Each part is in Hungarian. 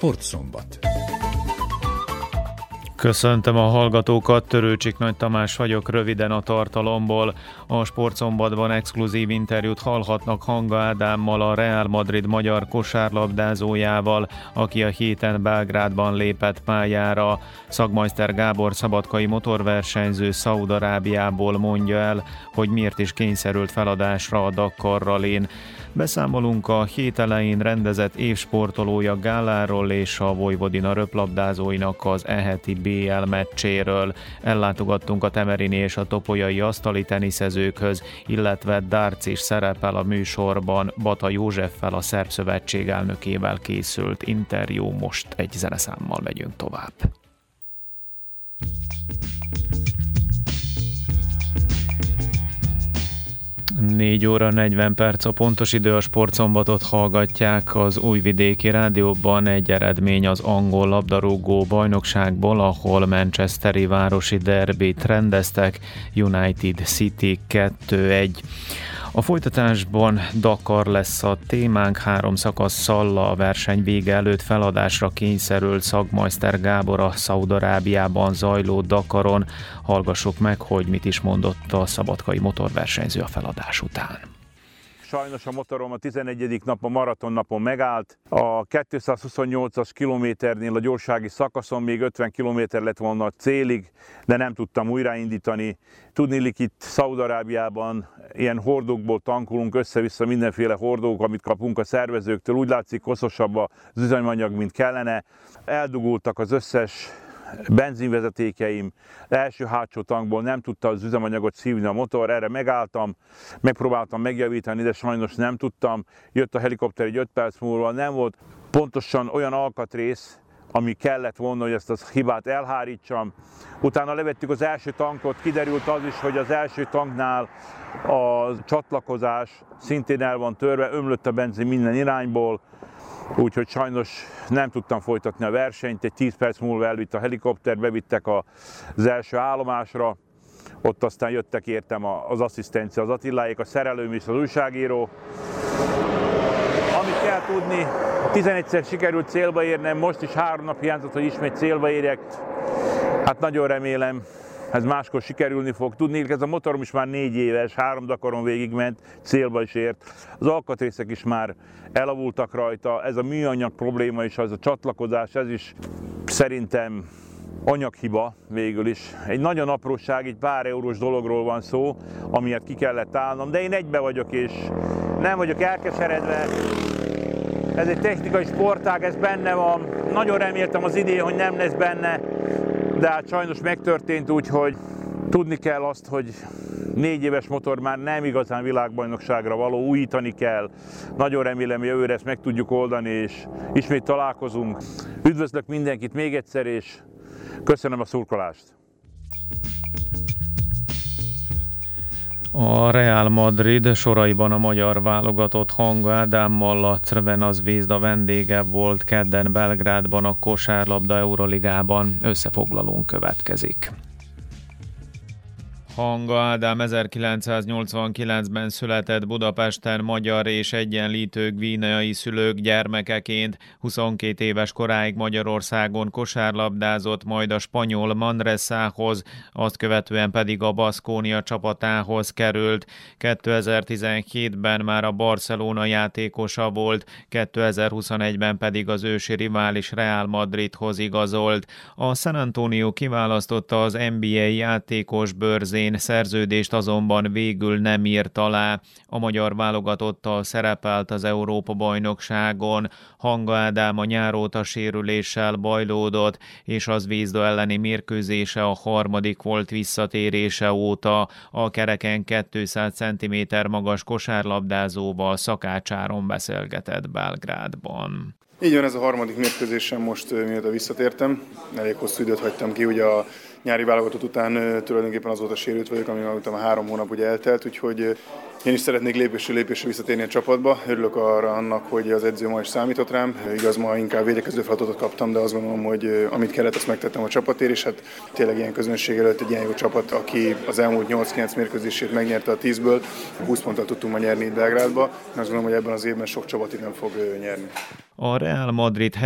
Sportszombat. Köszöntöm a hallgatókat, Törőcsik Nagy Tamás vagyok, röviden a tartalomból. A Sportszombatban exkluzív interjút hallhatnak Hanga Ádámmal, a Real Madrid magyar kosárlabdázójával, aki a héten Belgrádban lépett pályára. Szagmajszter Gábor szabadkai motorversenyző Szaúd-Arábiából mondja el, hogy miért is kényszerült feladásra a Dakar rallin. Beszámolunk a hét elején rendezett évsportolója gáláról és a Vojvodina röplabdázóinak az eheti BL meccséről. Ellátogattunk a temerini és a topolyai asztali teniszezőkhöz, illetve darts is szerepel a műsorban. Bata Józseffel, a Szerb Szövetség elnökével készült interjú. Most egy zeneszámmal megyünk tovább. 4 óra 40 perc a pontos idő, a Sportszombatot hallgatják az Újvidéki Rádióban. Egy eredmény az angol labdarúgó bajnokságból, ahol manchesteri városi derbit rendeztek, United City 2-1. A folytatásban Dakar lesz a témánk, 3 szakasszal a verseny vége előtt feladásra kényszerült Szagmajszter Gábor a Szaúd-Arábiában zajló Dakaron. Hallgassuk meg, hogy mit is mondott a szabadkai motorversenyző a feladás után. Sajnos a motorom a 11. nap, a maraton napon megállt. A 228-as kilométernél a gyorsági szakaszon még 50 kilométer lett volna a célig, de nem tudtam újraindítani. Tudniillik, itt Szaúd-Arábiában ilyen hordókból tankolunk össze-vissza, mindenféle hordók, amit kapunk a szervezőktől. Úgy látszik, hosszasabb az üzemanyag, mint kellene. Eldugultak az összes benzinvezetékeim, első-hátsó tankból nem tudta az üzemanyagot szívni a motor, erre megálltam, megpróbáltam megjavítani, de sajnos nem tudtam. Jött a helikopter egy 5 perc múlva, nem volt pontosan olyan alkatrész, ami kellett volna, hogy ezt a hibát elhárítsam. Utána levettük az első tankot, kiderült az is, hogy az első tanknál a csatlakozás szintén el van törve, ömlött a benzin minden irányból, úgyhogy sajnos nem tudtam folytatni a versenyt. Egy 10 perc múlva elvitt a helikopter, bevittek az első állomásra, ott aztán jöttek értem az asszisztencia, az Attiláék, a szerelőm és az újságíró. Amit kell tudni, 11-szer sikerült célba érnem, most is 3 nap hiányzott, hogy ismét célba érjek. Hát nagyon remélem, ez máskor sikerülni fog. Tudni, ez a motorom is már 4 éves, 3 Dakaron végigment, célba is ért. Az alkatrészek is már elavultak rajta, ez a műanyag probléma is, az a csatlakozás, ez is szerintem anyaghiba végül is. Egy nagyon apróság, egy pár eurós dologról van szó, amiért ki kellett állnom, de én egybe vagyok és nem vagyok elkeseredve. Ez egy technikai sportág, ez benne van. Nagyon reméltem az idén, hogy nem lesz benne, de hát sajnos megtörtént, úgyhogy tudni kell azt, hogy 4 éves motor már nem igazán világbajnokságra való, újítani kell. Nagyon remélem, hogy jövőre ezt meg tudjuk oldani, és ismét találkozunk. Üdvözlök mindenkit még egyszer, és köszönöm a szurkolást! A Real Madrid soraiban a magyar válogatott Hanga Ádámmal, a Crvena Zvezda vendége volt kedden Belgrádban a kosárlabda Euroligában. Összefoglalónk következik. Hanga Ádám 1989-ben született Budapesten, magyar és egyenlítő guineai szülők gyermekeként. 22 éves koráig Magyarországon kosárlabdázott, majd a spanyol Manresához, azt követően pedig a Baskonia csapatához került. 2017-ben már a Barcelona játékosa volt, 2021-ben pedig az ősi rivális Real Madridhoz igazolt. A San Antonio kiválasztotta az NBA játékos bőrzén, szerződést azonban végül nem írt alá. A magyar válogatottal szerepelt az Európa-bajnokságon. Hanga Ádám a nyáróta sérüléssel bajlódott, és az Zvezda elleni mérkőzése a 3. volt visszatérése óta. A kereken 200 cm magas kosárlabdázóval Szakács Áron beszélgetett Belgrádban. Így van, ez a 3. mérkőzésem most, mióta visszatértem. Elég hosszú időt hagytam ki, ugye a nyári válogatott után tulajdonképpen azóta sérült vagyok, ami utána 3 hónap ugye eltelt, úgyhogy én is szeretnék lépésről lépésre visszatérni a csapatba. Örülök annak, hogy az edző ma is számított rám. Igaz, ma inkább védekező feladatot kaptam, de azt gondolom, hogy amit kellett, azt megtettem a csapatért, és hát tényleg ilyen közönség előtt egy ilyen jó csapat, aki az elmúlt 8-9 mérkőzését megnyerte a 10-ből. 20 ponttal tudtunk ma nyerni itt Belgrádba. Én azt gondolom, hogy ebben az évben sok csapat itt nem fog nyerni. A Real Madrid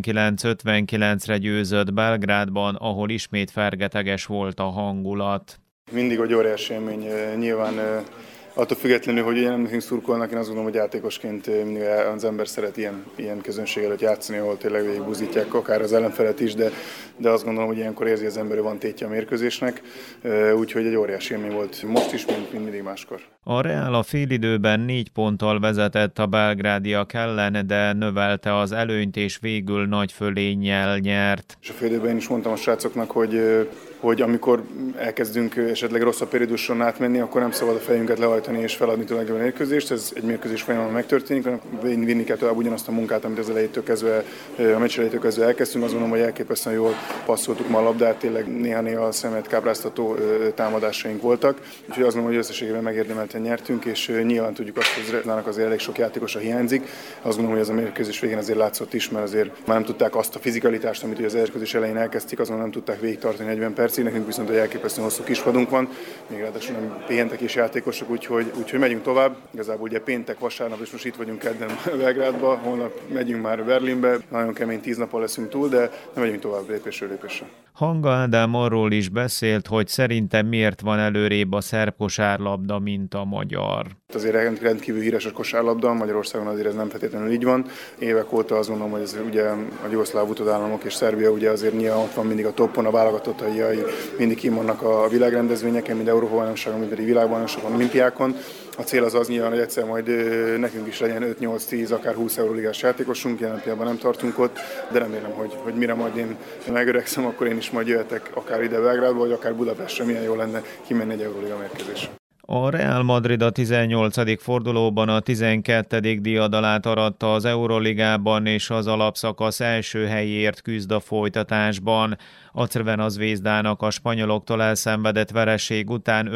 79-59-re győzött Belgrádban, ahol ismét fergeteges volt a hangulat. Mindig egy óriási élmény, nyilván attól függetlenül, hogy nem nekünk szurkolnak, én azt gondolom, hogy játékosként mindig az ember szeret ilyen közönség előtt játszani, ahol tényleg végigbuzítják akár az ellenfelet is, de azt gondolom, hogy ilyenkor érzi az ember, hogy van tétje a mérkőzésnek, úgyhogy egy óriási élmény volt most is, mint mindig máskor. A Real a félidőben 4 ponttal vezetett a belgrádiak ellen, de növelte az előnyt és végül nagy fölénnyel nyert. És a félidőben én is mondtam a srácoknak, hogy amikor elkezdünk esetleg rosszabb perióduson átmenni, akkor nem szabad a fejünket lehajtani és feladni tulajdonképpen a mérkőzést. Ez egy mérkőzés folyamán megtörténik, vinni kell tovább ugyanazt a munkát, amit az elejétől kezdve, a meccs elejétől kezdve elkezdtünk. Azt gondolom, hogy elképesztően jól passzoltuk ma a labdát, tényleg néha a szemet kápráztató támadásaink voltak. Úgyhogy azt gondolom, hogy összességében megérdemelten nyertünk, és nyilván tudjuk azt, hogy Zretnának azért elég sok játékosa hiányzik. Azt gondolom, hogy ez a mérkőzés végén azért látszott is, mert azért már nem tudták azt a fizikalitást, amit az mérkőzés elején elkezdték, azon nem tudták végigtartani 40 percig. Nekünk viszont egy elképesztően hosszú kispadunk van, még ráadásul nem pihentek is játékosok, úgyhogy megyünk tovább. Igazából ugye péntek, vasárnap, és most itt vagyunk kedden Belgrádba, holnap megyünk már Berlinbe, nagyon kemény 10 nappal leszünk túl, de nem megyünk tovább lépésről lépésre. Hanga Ádám arról is beszélt, hogy szerintem miért van előrébb a szerb kosárlabda, mint a magyar. Azért rendkívül híres a kosárlabda, Magyarországon azért ez nem feltétlenül így van. Évek óta azt gondolom, hogy ez ugye a jugoszláv utódállamok és Szerbia ugye azért nyilván ott van mindig a toppon, a válogatottai mindig kimonnak a világrendezvényeken, mind Európa-bajnokságon, mind pedig világbajnokságon, olimpiákon. A cél az nyilván, hogy egyszer majd nekünk is legyen 5-8-10, akár 20 euróligás játékosunk, jelen pillanatban nem tartunk ott, de remélem, hogy mire majd én megöregszem, akkor én is majd jöhetek akár ide Belgrádba, vagy akár Budapestre, milyen jó lenne kimenni egy euróliga mérkőzésre. A Real Madrid a 18. fordulóban a 12. diadalát aratta az Euroligában, és az alapszakasz első helyéért küzd a folytatásban. A Crvena Zvezdának a spanyoloktól elszenvedett vereség után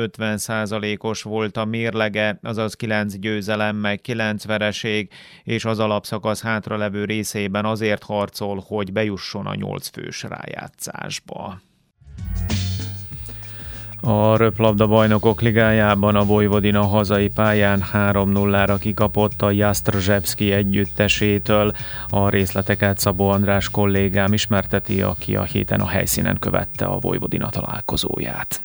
50%-os volt a mérlege, azaz 9 győzelem meg 9 vereség, és az alapszakasz hátralevő részében azért harcol, hogy bejusson a 8 fős rájátszásba. A röplabda bajnokok ligájában a Vojvodina hazai pályán 3-0-ra kikapott a Jastrzębski együttesétől. A részleteket Szabó András kollégám ismerteti, aki a héten a helyszínen követte a Vojvodina találkozóját.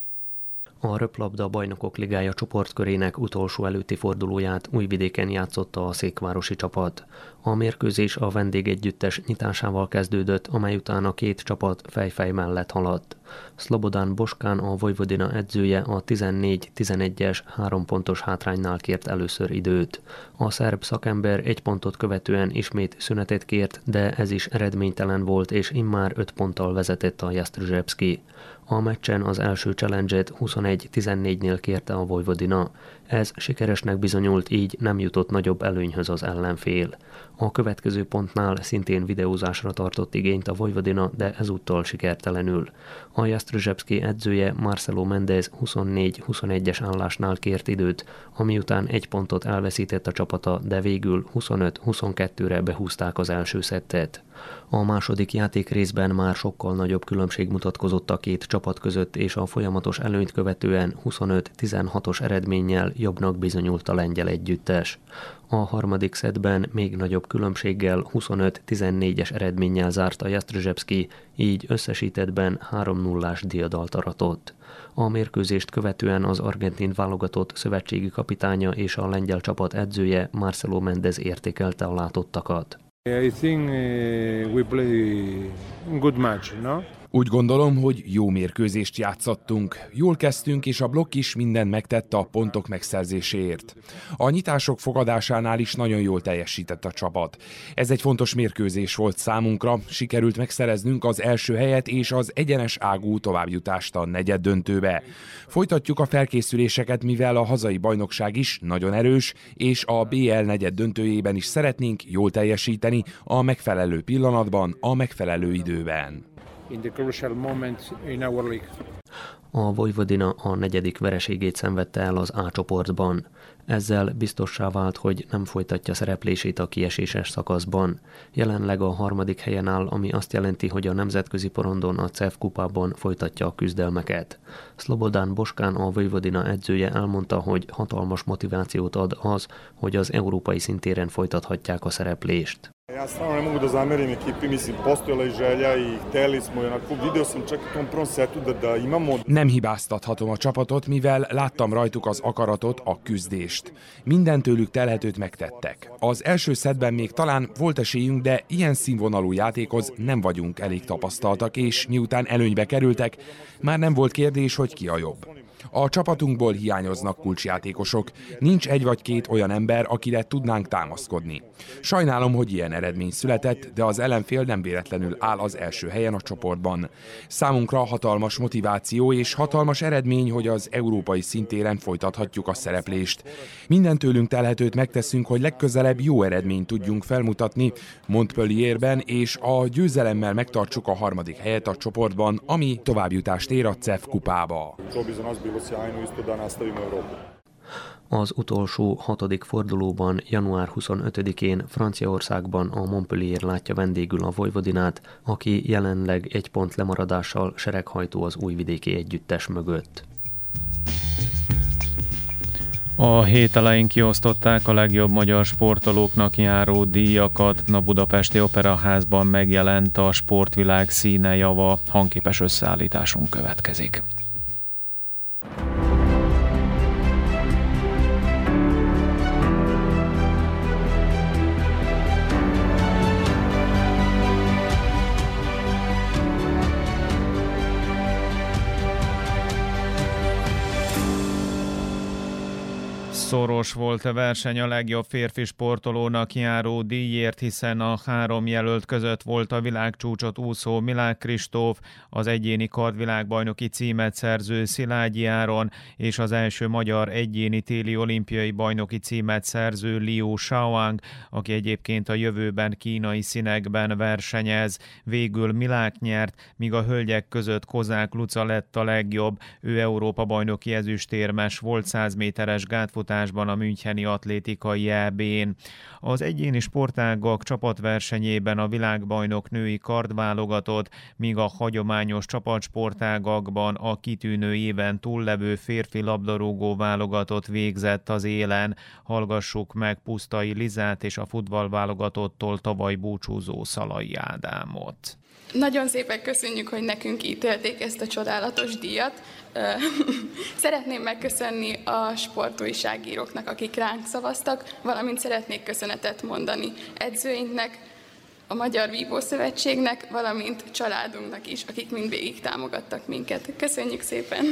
A röplabda bajnokok ligája csoportkörének utolsó előtti fordulóját Újvidéken játszotta a székvárosi csapat. A mérkőzés a vendégegyüttes nyitásával kezdődött, amely után a két csapat fejfej mellett haladt. Szlobodan Boskán, a Vojvodina edzője a 14-11-es 3 pontos hátránynál kért először időt. A szerb szakember 1 pontot követően ismét szünetet kért, de ez is eredménytelen volt, és immár 5 ponttal vezetett a Jastrzębski. A meccsen az első challenge-et 21-14-nél kérte a Vojvodina. Ez sikeresnek bizonyult, így nem jutott nagyobb előnyhöz az ellenfél. A következő pontnál szintén videózásra tartott igényt a Vojvodina, de ezúttal sikertelenül. A Jastrzębski edzője Marcelo Mendez 24-21-es állásnál kért időt, ami után 1 pontot elveszített a csapata, de végül 25-22-re behúzták az első szettet. A második játékrészben már sokkal nagyobb különbség mutatkozott a két csapat között, és a folyamatos előnyt követően 25-16-os eredménnyel jobbnak bizonyult a lengyel együttes. A harmadik szettben még nagyobb különbséggel 25-14-es eredménnyel zárt a Jastrzębski, így összesítettben 3-0-ás diadalt aratott. A mérkőzést követően az argentin válogatott szövetségi kapitánya és a lengyel csapat edzője Marcelo Mendez értékelte a látottakat. I think we play good match, no? Úgy gondolom, hogy jó mérkőzést játszottunk. Jól kezdtünk, és a blokk is mindent megtette a pontok megszerzéséért. A nyitások fogadásánál is nagyon jól teljesített a csapat. Ez egy fontos mérkőzés volt számunkra, sikerült megszereznünk az első helyet és az egyenes ágú továbbjutást a negyeddöntőbe. Folytatjuk a felkészüléseket, mivel a hazai bajnokság is nagyon erős, és a BL negyeddöntőjében is szeretnénk jól teljesíteni a megfelelő pillanatban, a megfelelő időben. In the crucial moments in our league. A Vojvodina a 4. vereségét szenvedte el az A csoportban. Ezzel biztossá vált, hogy nem folytatja szereplését a kieséses szakaszban. Jelenleg a 3. helyen áll, ami azt jelenti, hogy a nemzetközi porondon a CEF kupában folytatja a küzdelmeket. Szlobodan Boskán, a Vojvodina edzője elmondta, hogy hatalmas motivációt ad az, hogy az európai szintéren folytathatják a szereplést. Ja stvarno ne mogu da zamerim ekipi, mislim, postojala je želja i hteli smo, onako video sam čak u tom prvom setu da imamo. Nem hibáztathatom a csapatot, mivel láttam rajtuk az akaratot, a küzdést. Minden tőlük telhetőt megtettek. Az első szettben még talán volt esélyünk, de ilyen színvonalú játékhoz nem vagyunk elég tapasztaltak, és miután előnybe kerültek, már nem volt kérdés, hogy ki a jobb. A csapatunkból hiányoznak kulcsjátékosok, nincs egy vagy két olyan ember, akire tudnánk támaszkodni. Sajnálom, hogy ilyen eredmény született, de az ellenfél nem véletlenül áll az első helyen a csoportban. Számunkra hatalmas motiváció és hatalmas eredmény, hogy az európai szintéren folytathatjuk a szereplést. Minden tőlünk telhetőt megteszünk, hogy legközelebb jó eredményt tudjunk felmutatni Montpellierben, és a győzelemmel megtartsuk a harmadik helyet a csoportban, ami továbbjutást ér a CEF kupába. Az utolsó 6. fordulóban január 25-én Franciaországban a Montpellier látja vendégül a Vojvodinát, aki jelenleg 1 pont lemaradással sereghajtó az újvidéki együttes mögött. A hét elején kiosztották a legjobb magyar sportolóknak járó díjakat. A Budapesti Operaházban megjelent a Sportvilág színejava. Hangképes összeállításunk következik. Szoros volt a verseny a legjobb férfi sportolónak járó díjért, hiszen a 3 jelölt között volt a világcsúcsot úszó Milák Kristóf, az egyéni kardvilágbajnoki címet szerző Szilágyi Áron és az első magyar egyéni téli olimpiai bajnoki címet szerző Liu Shaoang, aki egyébként a jövőben kínai színekben versenyez. Végül Milák nyert, míg a hölgyek között Kozák Luca lett a legjobb. Ő Európa-bajnoki ezüstérmes volt 100 méteres gátfutásban a müncheni atlétikai EB-n. Az egyéni sportágak csapatversenyében a világbajnok női kardválogatott, míg a hagyományos csapatsportágakban a kitűnő éven túllevő férfi labdarúgó válogatott végzett az élen. Hallgassuk meg Pusztai Lizát és a futballválogatottól tavaly búcsúzó Szalai Ádámot. Nagyon szépen köszönjük, hogy nekünk ítélték ezt a csodálatos díjat. Szeretném megköszönni a sportújságíróknak, akik ránk szavaztak, valamint szeretnék köszönetet mondani edzőinknek, a Magyar Vívó Szövetségnek, valamint családunknak is, akik mindvégig támogattak minket. Köszönjük szépen!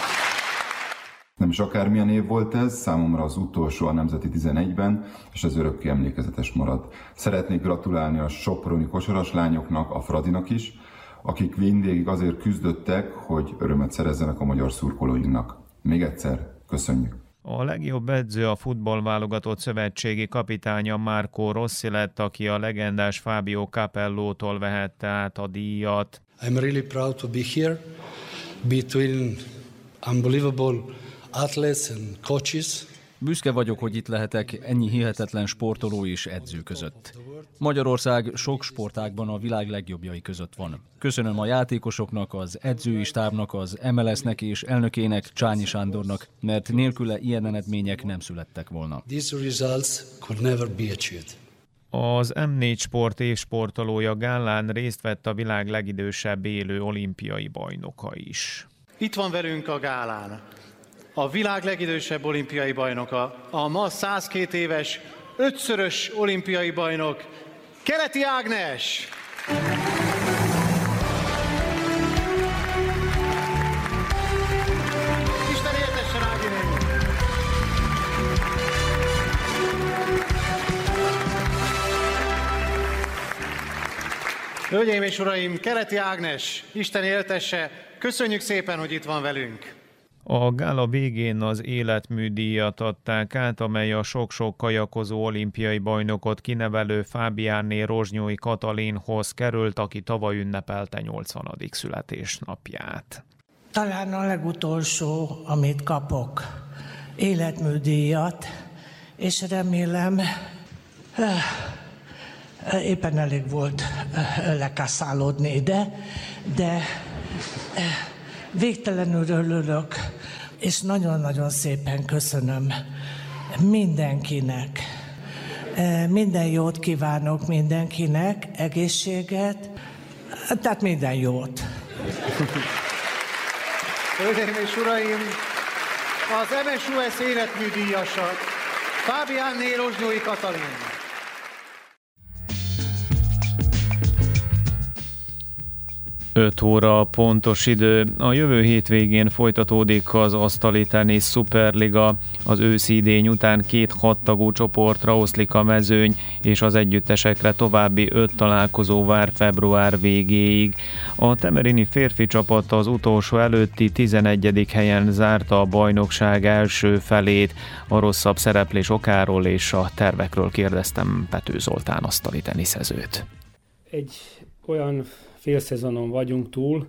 Nem is akármilyen év volt ez, számomra az utolsó a Nemzeti 11-ben, és ez örökké emlékezetes marad. Szeretnék gratulálni a soproni kosaras lányoknak, a Fradinak is, akik mindvégig azért küzdöttek, hogy örömet szerezzenek a magyar szurkolóinknak. Még egyszer, köszönjük! A legjobb edző a futballválogatott szövetségi kapitánya Marco Rossi lett, aki a legendás Fabio Capellótól vehette át a díjat. I'm really proud to be here between unbelievable athletes and coaches. Büszke vagyok, hogy itt lehetek ennyi hihetetlen sportoló és edző között. Magyarország sok sportágban a világ legjobbjai között van. Köszönöm a játékosoknak, az edzői stábnak, az MLS-nek és elnökének, Csányi Sándornak, mert nélküle ilyen eredmények nem születtek volna. These results could never be achieved. Az M4 Sport évsportolója gálán részt vett a világ legidősebb élő olimpiai bajnoka is. Itt van velünk a gálán a világ legidősebb olimpiai bajnoka, a ma 102 éves, 5-szörös olimpiai bajnok, Keleti Ágnes! Isten éltessen, Ági néni! Hölgyeim és uraim, Keleti Ágnes, Isten éltesse, köszönjük szépen, hogy itt van velünk! A gála végén az életműdíjat adták át, amely a sok-sok kajakozó olimpiai bajnokot kinevelő Fábiánné Rozsnyói Katalinhoz került, aki tavaly ünnepelte 80. születésnapját. Talán a legutolsó, amit kapok, életműdíjat, és remélem, éppen elég volt lekaszálódni ide, de végtelenül örülök, és nagyon-nagyon szépen köszönöm mindenkinek Minden jót kívánok mindenkinek, egészséget, tehát minden jót. Hölgyeim és uraim, az MSUS életműdíjasa Fábiánné Rozsnyói Katalin. 5 óra pontos idő. A jövő hétvégén folytatódik az asztali tenisz szuperliga. Az őszi idény után 2 6 tagú csoportra oszlik a mezőny, és az együttesekre további 5 találkozó vár február végéig. A temerini férfi csapat az utolsó előtti 11. helyen zárta a bajnokság első felét. A rosszabb szereplés okáról és a tervekről kérdeztem Pető Zoltán asztali teniszezőt. Egy olyan félszezonon vagyunk túl,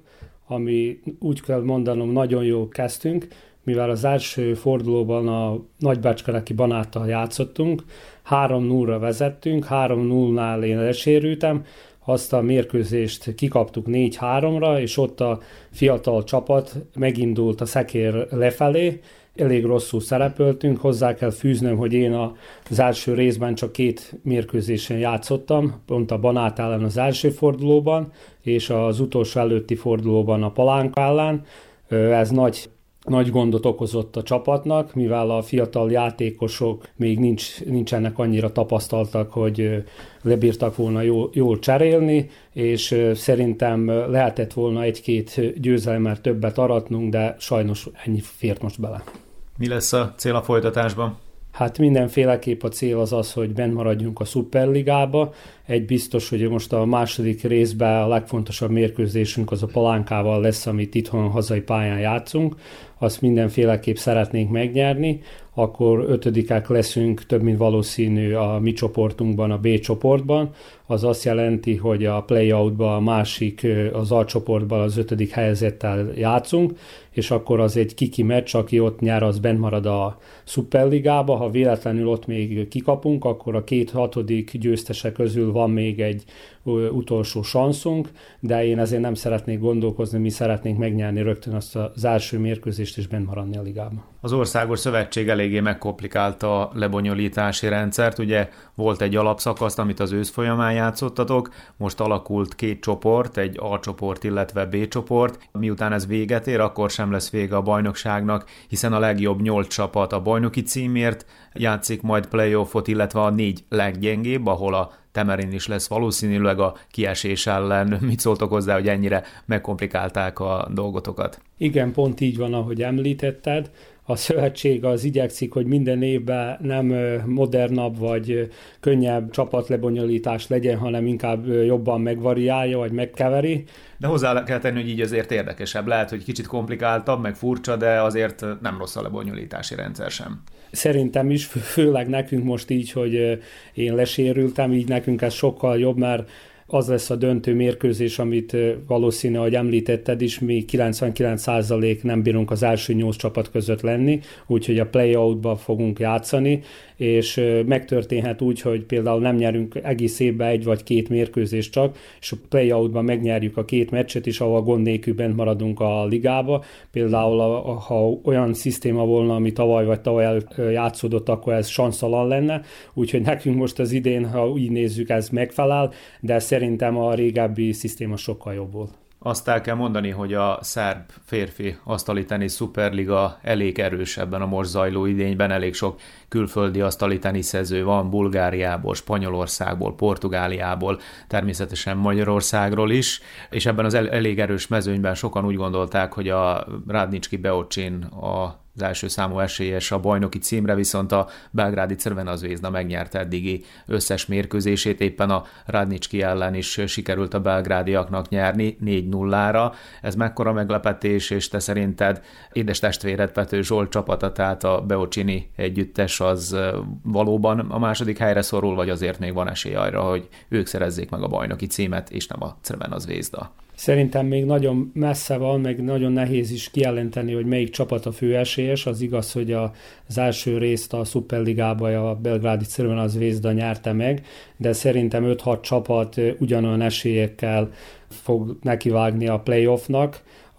ami úgy kell mondanom, nagyon jól kezdtünk, mivel az első fordulóban a Nagybácskaraki Banáttal játszottunk, 3-0-ra vezettünk, 3-0-nál én lesérültem, azt a mérkőzést kikaptuk 4-3-ra, és ott a fiatal csapat megindult a szekér lefelé, elég rosszul szerepeltünk, hozzá kell fűznöm, hogy én az első részben csak 2 mérkőzésen játszottam, pont a Banát ellen az első fordulóban, és az utolsó előtti fordulóban a Palánka ellen. Ez nagy gondot okozott a csapatnak, mivel a fiatal játékosok még nincsenek annyira tapasztaltak, hogy lebírtak volna jól cserélni, és szerintem lehetett volna 1-2 győzelemmel többet aratnunk, de sajnos ennyi fért most bele. Mi lesz a cél a folytatásban? Hát mindenféleképp a cél az, hogy benn maradjunk a szuperligába. Egy biztos, hogy most a második részben a legfontosabb mérkőzésünk az a Palánkával lesz, amit itthon hazai pályán játszunk. Azt mindenféleképp szeretnénk megnyerni. Akkor 5-ek leszünk, több mint valószínű a mi csoportunkban, a B csoportban. Az azt jelenti, hogy a play-outban a másik, az A csoportban az 5. helyezettel játszunk, és akkor az egy kiki meccs, aki ott nyer, az bent marad a szuperligába. Ha véletlenül ott még kikapunk, akkor a 2 6. győztesek közül van még egy utolsó sanszunk, de én ezért nem szeretnék gondolkozni, mi szeretnénk megnyerni rögtön azt az első mérkőzést és bent maradni a ligában. Az Országos Szövetség eléggé megkomplikálta a lebonyolítási rendszert, ugye volt egy alapszakasz, amit az ősz folyamán játszottatok, most alakult 2 csoport, egy A csoport, illetve B csoport. Miután ez véget ér, akkor sem lesz vége a bajnokságnak, hiszen a legjobb 8 csapat a bajnoki címért játszik majd playoffot, illetve a 4 leggyengébb, ahol a Temerin is lesz valószínűleg a kiesés ellen. Mit szóltok hozzá, hogy ennyire megkomplikálták a dolgotokat? Igen, pont így van, ahogy említetted. A szövetség az igyekszik, hogy minden évben nem modernabb vagy könnyebb csapatlebonyolítás legyen, hanem inkább jobban megvariálja vagy megkeveri. De hozzá kell tenni, hogy így azért érdekesebb. Lehet, hogy kicsit komplikáltabb, meg furcsa, de azért nem rossz a lebonyolítási rendszer sem. Szerintem is, főleg nekünk most így, hogy én lesérültem, így nekünk ez sokkal jobb, mert az lesz a döntő mérkőzés, amit valószínű, ahogy említetted is, mi 99% nem bírunk az első 8 csapat között lenni, úgyhogy a play-outba fogunk játszani, és megtörténhet úgy, hogy például nem nyerünk egész évben 1 vagy 2 mérkőzést csak, és a play-outban megnyerjük a 2 meccset is, ahol gond nélkül bent maradunk a ligába. Például, ha olyan szisztéma volna, ami tavaly vagy tavaly előtt játszódott, akkor ez sanszalan lenne, úgyhogy nekünk most az idén, ha úgy nézzük, ez megfelel, de szerintem a régebbi szisztéma sokkal jobb volt. Azt el kell mondani, hogy a szerb férfi asztali tenisz szuperliga elég erős ebben a most zajló idényben, elég sok külföldi asztali teniszező van, Bulgáriából, Spanyolországból, Portugáliából, természetesen Magyarországról is, és ebben az elég erős mezőnyben sokan úgy gondolták, hogy a Radnicki Beocsin az első számú esélyes a bajnoki címre, viszont a belgrádi Crvena Zvezda megnyerte eddigi összes mérkőzését, éppen a Radnicki ellen is sikerült a belgrádiaknak nyerni 4-0-ra. Ez mekkora meglepetés, és te szerinted édes testvéred Pető Zsolt csapata, tehát a Beocsini együttes az valóban a második helyre szorul, vagy azért még van esély arra, hogy ők szerezzék meg a bajnoki címet, és nem a Crvena Zvezda? Szerintem még nagyon messze van, meg nagyon nehéz is kijelenteni, hogy melyik csapat a fő esélyes. Az igaz, hogy az első részt a Szuperligában a belgrádi Crvena Zvezda nyerte meg, de szerintem 5-6 csapat ugyanolyan esélyekkel fog nekivágni a playoffnak.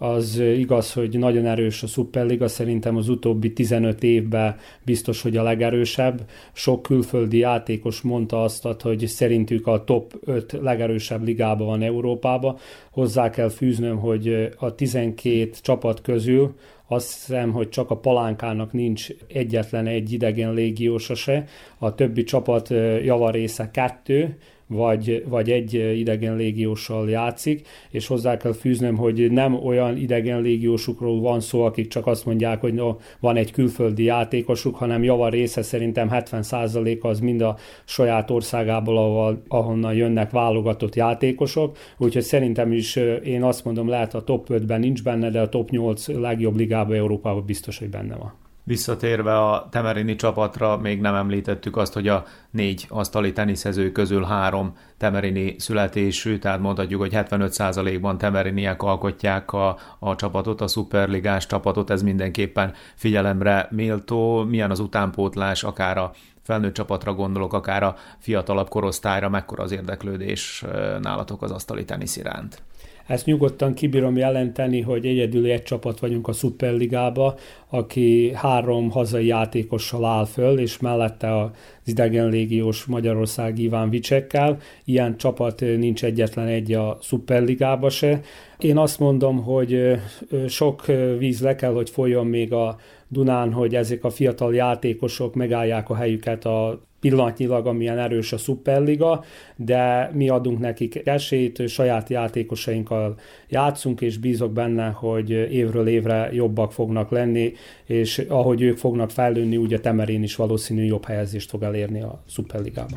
Az igaz, hogy nagyon erős a Superliga, szerintem az utóbbi 15 évben biztos, hogy a legerősebb. Sok külföldi játékos mondta azt, hogy szerintük a top 5 legerősebb ligában van Európában. Hozzá kell fűznöm, hogy a 12 csapat közül azt hiszem, hogy csak a Palánkának nincs egyetlen egy idegen légiósa se, a többi csapat javarésze 2, vagy egy idegen légióssal játszik, és hozzá kell fűznöm, hogy nem olyan idegen légiósukról van szó, akik csak azt mondják, hogy no, van egy külföldi játékosuk, hanem javarésze szerintem 70% az mind a saját országából, ahonnan jönnek válogatott játékosok, úgyhogy szerintem is én azt mondom, lehet a top 5-ben nincs benne, de a top 8 legjobb ligában Európában biztos, hogy benne van. Visszatérve a temerini csapatra, még nem említettük azt, hogy a 4 asztali teniszező közül 3 temerini születésű, tehát mondhatjuk, hogy 75%-ban temeriniek alkotják a csapatot, a szuperligás csapatot, ez mindenképpen figyelemre méltó. Milyen az utánpótlás, akár a felnőtt csapatra gondolok, akár a fiatalabb korosztályra, mekkora az érdeklődés nálatok az asztali tenisz iránt? Ezt nyugodtan kibírom jelenteni, hogy egyedül egy csapat vagyunk a Superligába, aki 3 hazai játékossal áll föl, és mellette az idegenlégiós Magyarország Iván Vicsekkel. Ilyen csapat nincs egyetlen egy a Superligába se. Én azt mondom, hogy sok víz le kell, hogy folyjon még a Dunán, hogy ezek a fiatal játékosok megállják a helyüket a pillanatnyilag, amilyen erős a Superliga, de mi adunk nekik esélyt, saját játékosainkkal játszunk, és bízok benne, hogy évről évre jobbak fognak lenni, és ahogy ők fognak fejlődni, úgy a Temerin is valószínű jobb helyezést fog elérni a Superligában.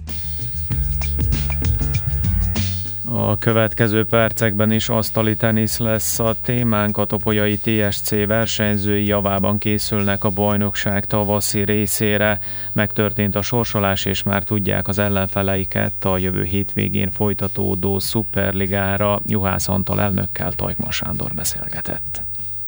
A következő percekben is asztali tenisz lesz a témánk. A topolyai TSC versenyzői javában készülnek a bajnokság tavaszi részére. Megtörtént a sorsolás, és már tudják az ellenfeleiket a jövő hétvégén folytatódó Superligára. Juhász Antal elnökkel Tajkman Sándor beszélgetett.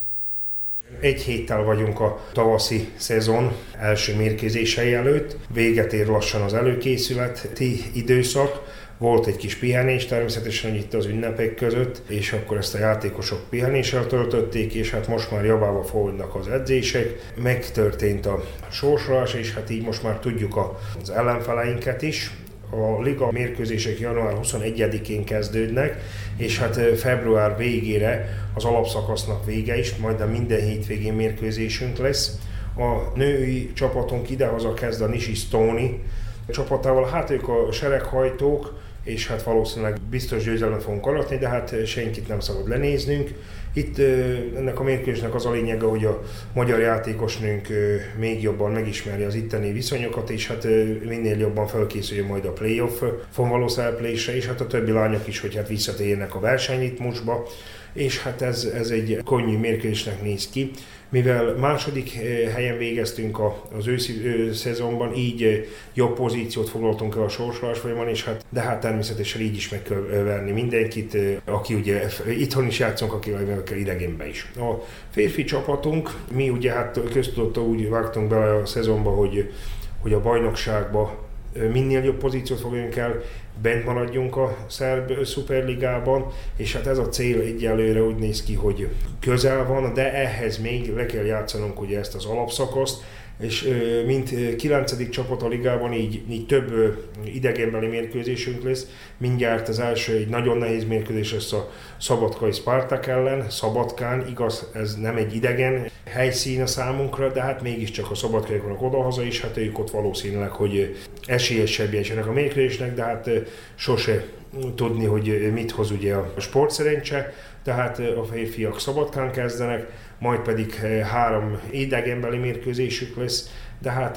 Egy héttel vagyunk a tavaszi szezon első mérkőzései előtt. Véget ér lassan az előkészületi időszak. Volt egy kis pihenés természetesen itt az ünnepek között, és akkor ezt a játékosok pihenéssel töltötték, és hát most már javába folynak az edzések. Megtörtént a sorsolás, és hát így most már tudjuk az ellenfeleinket is. A liga mérkőzések január 21-én kezdődnek, és hát február végére az alapszakasznak vége is, majd minden hétvégén mérkőzésünk lesz. A női csapatunk idehaza kezd a Nishi Stoney csapatával, hát ők a sereghajtók, és hát valószínűleg biztos győzelmet fogunk aratni, de hát senkit nem szabad lenéznünk. Itt ennek a mérkőzésnek az a lényege, hogy a magyar játékosnőnk még jobban megismeri az itteni viszonyokat, és hát minél jobban felkészüljön majd a playoff-on való szereplésre, és hát a többi lányok is, hogy hát visszatérjenek a versenyritmusba, és hát ez egy könnyű mérkőzésnek néz ki. Mivel második helyen végeztünk az őszi szezonban, így jobb pozíciót foglaltunk el a sorsolás folyamán, de hát természetesen így is meg kell verni mindenkit, aki ugye itthon is játszunk, akivel meg kell idegenbe is. A férfi csapatunk, mi ugye hát köztudottan úgy vágtunk bele a szezonba, hogy a bajnokságba minél jobb pozíciót fogjunk el, bent maradjunk a szerb szuperligában, és hát ez a cél egyelőre úgy néz ki, hogy közel van, de ehhez még le kell játszanunk ugye ezt az alapszakaszt, és mint 9. csapat a ligában, így több idegenbeli mérkőzésünk lesz. Mindjárt az első egy nagyon nehéz mérkőzés lesz a szabadkai Spartak ellen, Szabadkán, igaz, ez nem egy idegen helyszín a számunkra, de hát mégiscsak a szabadkaiak vannak odahaza is, hát ők ott valószínűleg, hogy esélyesebbek ennek a mérkőzésnek, de hát sose tudni, hogy mit hoz ugye a sportszerencse, tehát a férfiak Szabadkán kezdenek, majd pedig 3 idegenbeli mérkőzésük lesz, de hát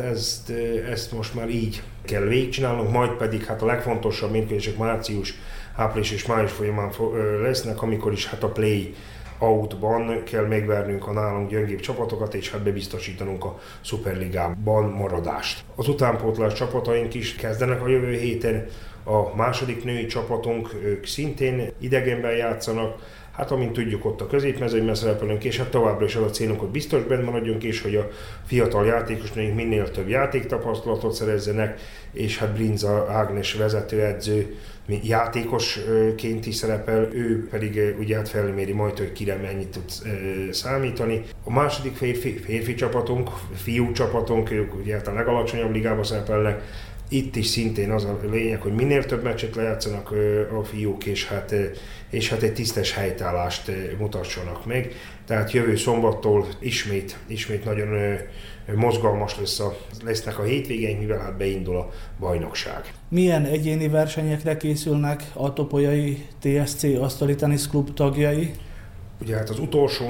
ezt most már így kell végigcsinálnunk, majd pedig hát a legfontosabb mérkőzések március, április és május folyamán lesznek, amikor is hát a play-outban kell megvernünk a nálunk gyöngébb csapatokat, és hát bebiztosítanunk a Superligában maradást. Az utánpótlás csapataink is kezdenek a jövő héten, a második női csapatunk, ők szintén idegenben játszanak, Hát amint tudjuk, ott a középmezőnyben szerepelünk, és hát továbbra is az a célunk, hogy biztos benne maradjunk, és hogy a fiatal játékosok minél több játéktapasztalatot szerezzenek, és hát Brinza Ágnes vezetőedző játékosként is szerepel, ő pedig ugye hát felméri majd, hogy kire mennyit tud számítani. A második férfi csapatunk, fiú csapatunk, ők ugye hát a legalacsonyabb ligában szerepelnek. Itt is szintén az a lényeg, hogy minél több meccset lejátszanak a fiúk, és hát egy tisztes helytállást mutassanak meg. Tehát jövő szombattól ismét nagyon mozgalmas lesznek a hétvégeink, mivel hát beindul a bajnokság. Milyen egyéni versenyekre készülnek a Topolyai TSC Asztali Tenisz Klub tagjai? Ugye hát az utolsó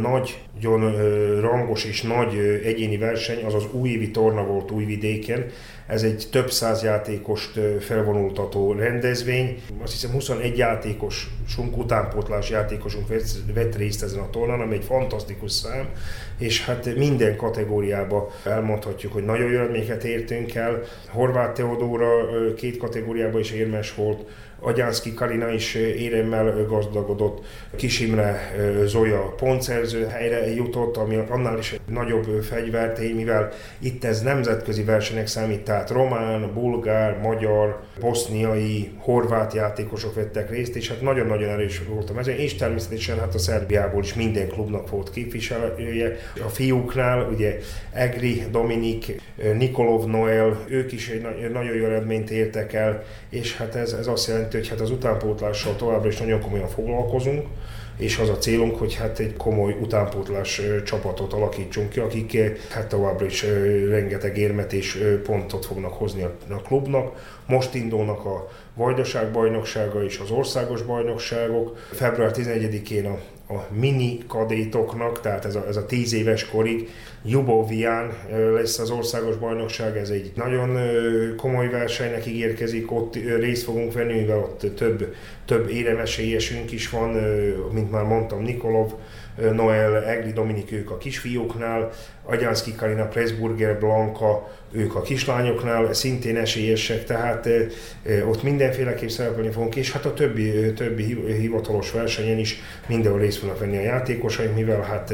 nagyon rangos és nagy egyéni verseny az az újévi torna volt Újvidéken. Ez egy több száz játékost felvonultató rendezvény. Azt hiszem 21 játékosunk, utánpótlás játékosunk vett részt ezen a tornán, ami egy fantasztikus szám, és hát minden kategóriában elmondhatjuk, hogy nagyon jó eredményeket értünk el. Horváth Teodóra 2 kategóriában is érmes volt, Agyánszki Karina is éremmel gazdagodott, Kis Imre Zoya pontszerző helyre jutott, ami annál is nagyobb fegyvertény, mivel itt ez nemzetközi versenyek számít, tehát román, bulgár, magyar, boszniai, horvát játékosok vettek részt, és hát nagyon-nagyon erős volt a mezőny, és természetesen hát a Szerbiából is minden klubnak volt képviselője. A fiúknál ugye Egri, Dominik, Nikolov Noel, ők is egy nagyon jó eredményt értek el, és hát ez azt jelenti, hogy hát az utánpótlással továbbra is nagyon komolyan foglalkozunk, és az a célunk, hogy hát egy komoly utánpótlás csapatot alakítsunk ki, akik hát továbbra is rengeteg érmet és pontot fognak hozni a klubnak. Most indulnak a Vajdaság bajnoksága és az országos bajnokságok. Február 11-én a mini kadétoknak, tehát ez a 10 éves korig Jubovián lesz az országos bajnokság, ez egy nagyon komoly versenynek ígérkezik, ott részt fogunk venni, mivel ott több éremesélyesünk is van, mint már mondtam, Nikolov, Noel, Egri, Dominik, ők a kisfiúknál, Agyánszki Karina, Pressburger, Blanka, ők a kislányoknál szintén esélyesek, tehát ott mindenféleképp szerepelni fogunk, és hát a többi hivatalos versenyen is mindenhol részt fognak venni a játékosaink, mivel hát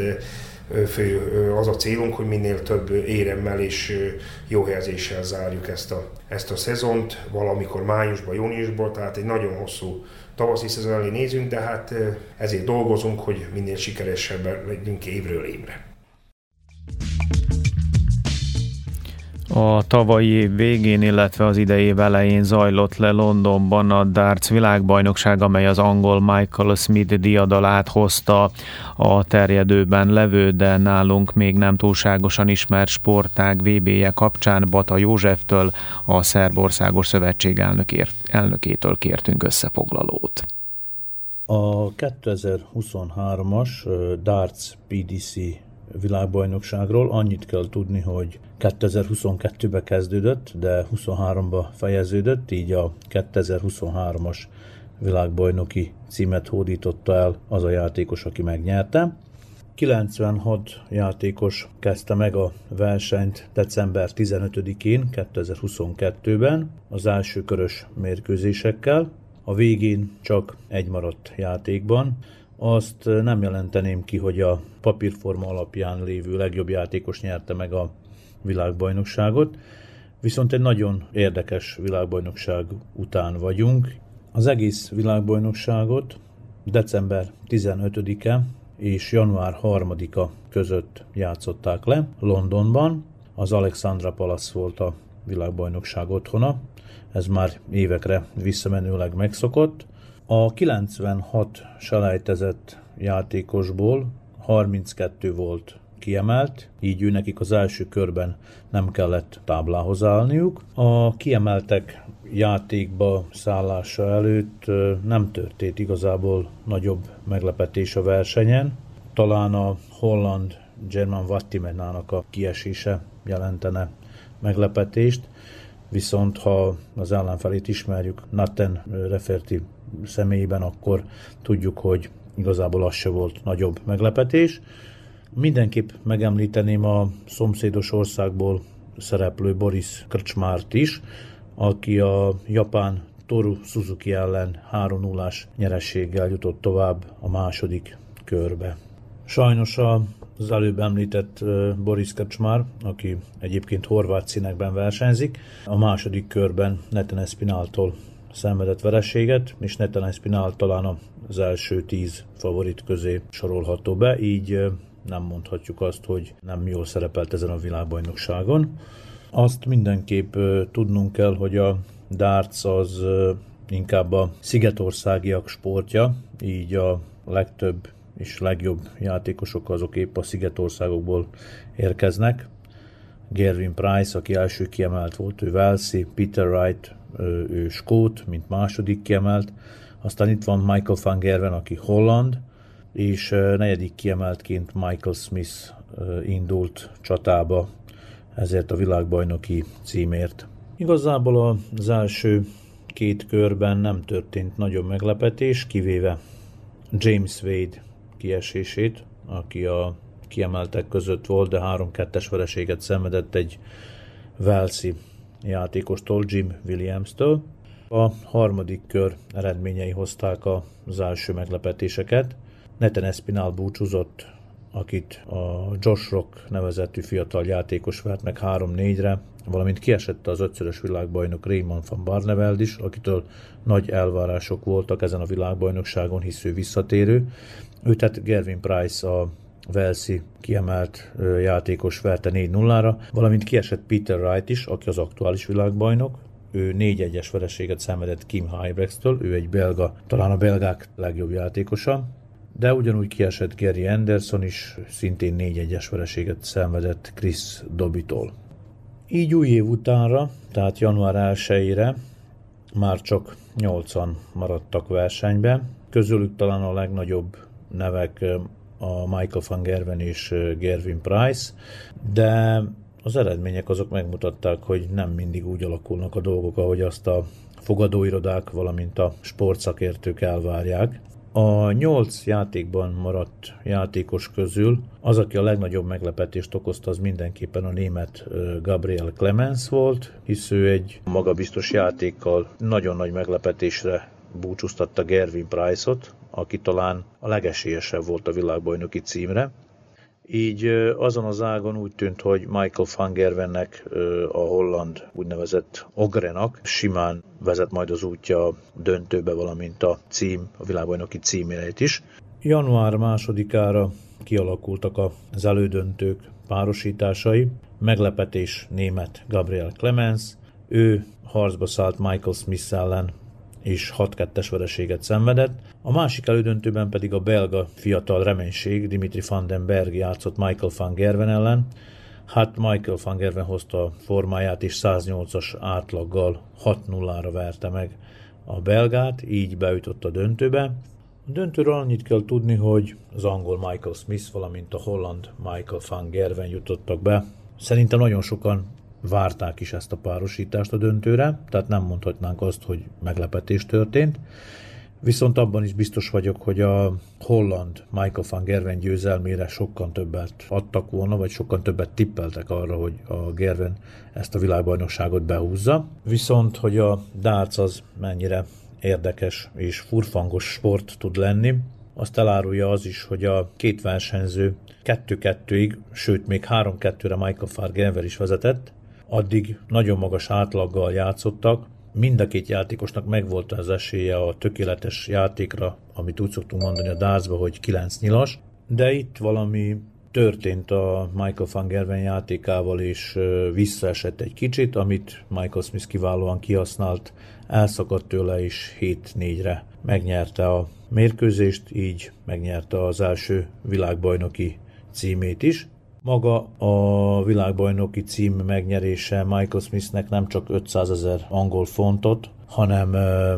az a célunk, hogy minél több éremmel és jó helyezéssel zárjuk ezt a szezont, valamikor májusban, júniusban, tehát egy nagyon hosszú tavaszi szezon elé nézünk, de hát ezért dolgozunk, hogy minél sikeresebben legyünk évről évre. A tavalyi év végén, illetve az idei év elején zajlott le Londonban a darts világbajnokság, amely az angol Michael Smith diadalát hozta. A terjedőben levő, de nálunk még nem túlságosan ismert sportág VB-je kapcsán Bata Józseftől, a Szerb Országos Szövetség elnökétől kértünk összefoglalót. A 2023-as Darts PDC világbajnokságról annyit kell tudni, hogy 2022-ben kezdődött, de 23-ba fejeződött, így a 2023-as világbajnoki címet hódította el az a játékos, aki megnyerte. 96 játékos kezdte meg a versenyt december 15-én 2022-ben az első körös mérkőzésekkel. A végén csak egy maradt játékban. Azt nem jelenteném ki, hogy a papírforma alapján lévő legjobb játékos nyerte meg a világbajnokságot, viszont egy nagyon érdekes világbajnokság után vagyunk. Az egész világbajnokságot december 15-e és január 3-a között játszották le Londonban. Az Alexandra Palace volt a világbajnokság otthona, ez már évekre visszamenőleg megszokott. A 96 selejtezett játékosból 32 volt kiemelt, így nekik az első körben nem kellett táblához állniuk. A kiemeltek játékba szállása előtt nem történt igazából nagyobb meglepetés a versenyen. Talán a holland German Wattimenának a kiesése jelentene meglepetést, viszont ha az ellenfelét ismerjük Nathan Referti személyében, akkor tudjuk, hogy igazából az se volt nagyobb meglepetés. Mindenképp megemlíteném a szomszédos országból szereplő Boris Krčmárt is, aki a japán Toru Suzuki ellen 3-0-ás nyereséggel jutott tovább a második körbe. Sajnos az előbb említett Boris Kacsmár, aki egyébként horvát színekben versenyzik, a második körben Nathan Espinaltól szenvedett vereséget, és Nathan Espinal talán az első 10 favorit közé sorolható be, így nem mondhatjuk azt, hogy nem jól szerepelt ezen a világbajnokságon. Azt mindenképp tudnunk kell, hogy a darts az inkább a szigetországiak sportja, így a legtöbb és legjobb játékosok azok épp a szigetországokból érkeznek. Gervin Price, aki első kiemelt volt, ő Walesi, Peter Wright, ő skót, mint második kiemelt. Aztán itt van Michael van Gerwen, aki holland, és negyedik kiemeltként Michael Smith indult csatába ezért a világbajnoki címért. Igazából az első 2 körben nem történt nagyobb meglepetés, kivéve James Wade kiesését, aki a kiemeltek között volt, de 3-2-es vereséget szenvedett egy walesi játékostól, Jim Williams-től. A harmadik kör eredményei hozták az első meglepetéseket. Nathan Espinal búcsúzott, akit a Josh Rock nevezetű fiatal játékos vert meg 3-4-re, valamint kiesett az 5-szörös világbajnok Raymond van Barneveld is, akitől nagy elvárások voltak ezen a világbajnokságon, hisz ő visszatérő. Ő tehát Gervin Price, a walesi kiemelt játékos verte 4-0-ra, valamint kiesett Peter Wright is, aki az aktuális világbajnok. Ő 4-1-es vereséget szenvedett Kim Huybrechtstől, ő egy belga, talán a belgák legjobb játékosa, de ugyanúgy kiesett Gary Anderson is, szintén 4-1-es vereséget szenvedett Chris Dobitól. Így új év utánra, tehát január 1-ére már csak 8-an maradtak versenybe, közülük talán a legnagyobb nevek a Michael van Gerwen és Gervin Price, de az eredmények azok megmutatták, hogy nem mindig úgy alakulnak a dolgok, ahogy azt a fogadóirodák, valamint a sportszakértők elvárják. A 8 játékban maradt játékos közül az, aki a legnagyobb meglepetést okozta, az mindenképpen a német Gabriel Clemens volt, hisz ő egy magabiztos játékkal nagyon nagy meglepetésre búcsúztatta Gervin Price-ot, aki talán a legesélyesebb volt a világbajnoki címre. Így azon az ágon úgy tűnt, hogy Michael van Gerwennek, a holland úgynevezett Ogrenak simán vezet majd az útja a döntőbe, valamint a világbajnoki címért is. Január 2-ára kialakultak az elődöntők párosításai. Meglepetés német Gabriel Clemens, ő harcba szállt Michael Smith ellen, és 6-2-es vereséget szenvedett. A másik elődöntőben pedig a belga fiatal reménység Dimitri van den Berg játszott Michael van Gerwen ellen. Hát Michael van Gerwen hozta a formáját, és 108-as átlaggal 6-0-ra verte meg a belgát, így beütött a döntőbe. A döntőről annyit kell tudni, hogy az angol Michael Smith, valamint a holland Michael van Gerwen jutottak be. Szerintem nagyon sokan várták is ezt a párosítást a döntőre, tehát nem mondhatnánk azt, hogy meglepetés történt. Viszont abban is biztos vagyok, hogy a holland Michael van Gerwen győzelmére sokkal többet adtak volna, vagy sokkal többet tippeltek arra, hogy a Gerwen ezt a világbajnokságot behúzza. Viszont, hogy a darts az mennyire érdekes és furfangos sport tud lenni, azt elárulja az is, hogy a két versenyző 2-2-ig, sőt még 3-2-re Michael van Gerwen is vezetett, addig nagyon magas átlaggal játszottak. Mind a két játékosnak megvolt az esélye a tökéletes játékra, amit úgy szoktunk mondani a dartsba, hogy 9-nyilas, de itt valami történt a Michael van Gerwen játékával, és visszaesett egy kicsit, amit Michael Smith kiválóan kihasznált, elszakadt tőle, és 7-4-re megnyerte a mérkőzést, így megnyerte az első világbajnoki címét is. Maga a világbajnoki cím megnyerése Michael Smithnek nem csak 500 000 angol fontot, hanem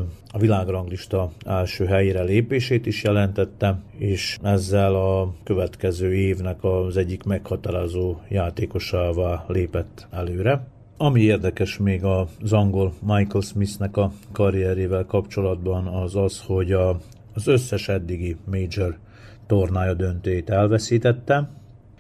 a világranglista első helyére lépését is jelentette, és ezzel a következő évnek az egyik meghatározó játékosává lépett előre. Ami érdekes még az angol Michael Smithnek a karrierével kapcsolatban az az, hogy az összes eddigi major tornája döntőjét elveszítette,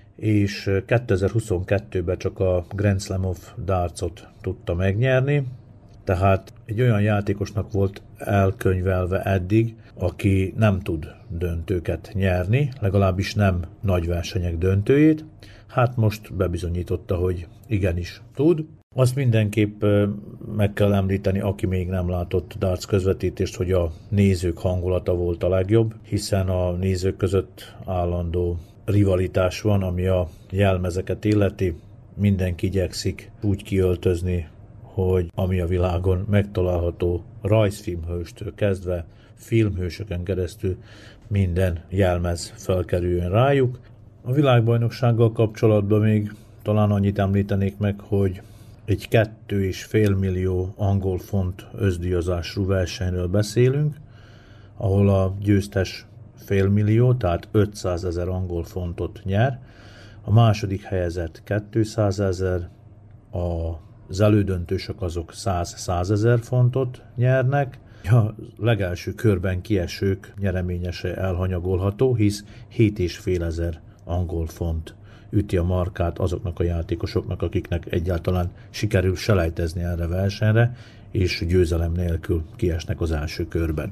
és 2022-ben csak a Grand Slam of Darts-ot tudta megnyerni, Tehát egy olyan játékosnak volt elkönyvelve eddig, aki nem tud döntőket nyerni, legalábbis nem nagy versenyek döntőjét. Hát most bebizonyította, hogy igenis tud. Azt mindenképp meg kell említeni, aki még nem látott darts közvetítést, hogy a nézők hangulata volt a legjobb, hiszen a nézők között állandó rivalitás van, ami a jelmezeket illeti. Mindenki igyekszik úgy kiöltözni, hogy ami a világon megtalálható, rajzfilmhőstől kezdve filmhősöken keresztül minden jelmez felkerüljön rájuk. A világbajnoksággal kapcsolatban még talán annyit említenék meg, hogy egy 2,5 millió angol font összdíjazású versenyről beszélünk, ahol a győztes fél millió, tehát 500 000 angol fontot nyer, a második helyezett 200 000, az elődöntősök azok 100 000 fontot nyernek, a legelső körben kiesők nyereményese elhanyagolható, hisz 7,5 angol font üti a markát azoknak a játékosoknak, akiknek egyáltalán sikerül selejtezni erre a versenyre, és győzelem nélkül kiesnek az első körben.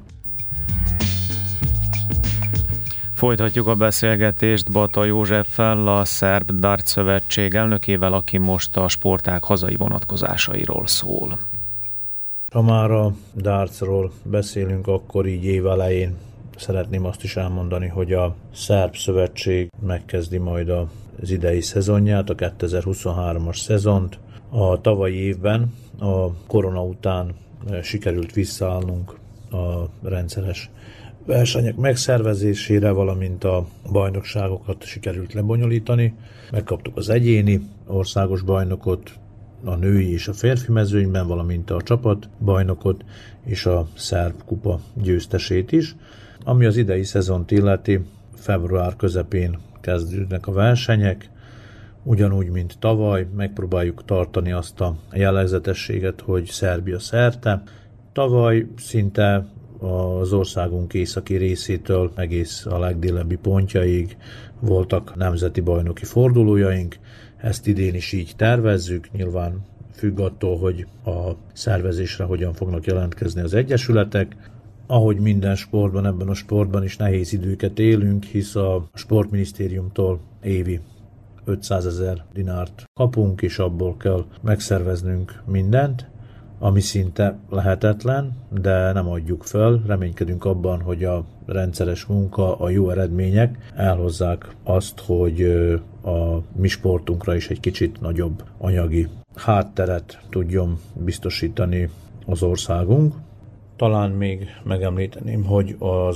Folytatjuk a beszélgetést Bata Józseffel, a Szerb Darts Szövetség elnökével, aki most a sportág hazai vonatkozásairól szól. Ha már a dartsról beszélünk, akkor így év elején szeretném azt is elmondani, hogy a Szerb Szövetség megkezdi majd az idei szezonját, a 2023-as szezont. A tavalyi évben a korona után sikerült visszaállnunk a rendszeres versenyek megszervezésére, valamint a bajnokságokat sikerült lebonyolítani. Megkaptuk az egyéni országos bajnokot, a női és a férfi mezőnyben, valamint a csapatbajnokot és a szerb kupa győztesét is. Ami az idei szezont illeti, február közepén kezdődnek a versenyek, ugyanúgy, mint tavaly, megpróbáljuk tartani azt a jellegzetességet, hogy Szerbia szerte. Tavaly szinte az országunk északi részétől egész a legdélebbi pontjaig voltak nemzeti bajnoki fordulójaink. Ezt idén is így tervezzük, nyilván függ attól, hogy a szervezésre hogyan fognak jelentkezni az egyesületek. Ahogy minden sportban, ebben a sportban is nehéz időket élünk, hisz a sportminisztériumtól évi 500 000 dinárt kapunk, és abból kell megszerveznünk mindent, ami szinte lehetetlen, de nem adjuk fel. Reménykedünk abban, hogy a rendszeres munka, a jó eredmények elhozzák azt, hogy a mi sportunkra is egy kicsit nagyobb anyagi hátteret tudjon biztosítani az országunk. Talán még megemlíteném, hogy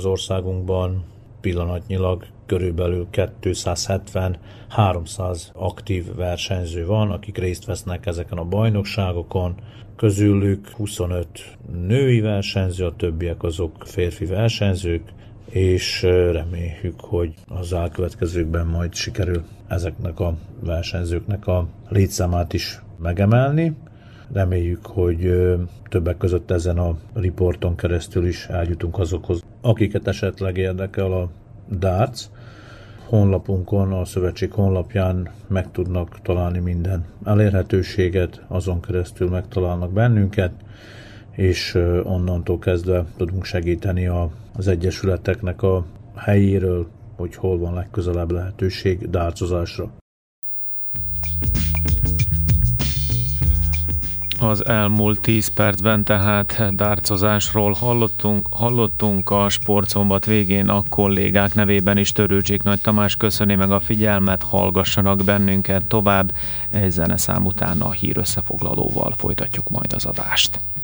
az pillanatnyilag körülbelül 270-300 aktív versenyző van, akik részt vesznek ezeken a bajnokságokon. Közülük 25 női versenyző, a többiek azok férfi versenyzők, és reméljük, hogy az elkövetkezőkben majd sikerül ezeknek a versenyzőknek a létszámát is megemelni. Reméljük, hogy többek között ezen a riporton keresztül is eljutunk azokhoz, akiket esetleg érdekel a darts. Honlapunkon, a szövetség honlapján meg tudnak találni minden elérhetőséget, azon keresztül megtalálnak bennünket, és onnantól kezdve tudunk segíteni az egyesületeknek a helyéről, hogy hol van legközelebb lehetőség dartsozásra. Az elmúlt 10 percben tehát dartsozásról hallottunk a Sportszombat végén. A kollégák nevében is Törőcsik Nagy Tamás köszöni meg a figyelmet, hallgassanak bennünket tovább. Egy zeneszám után a hírösszefoglalóval folytatjuk majd az adást.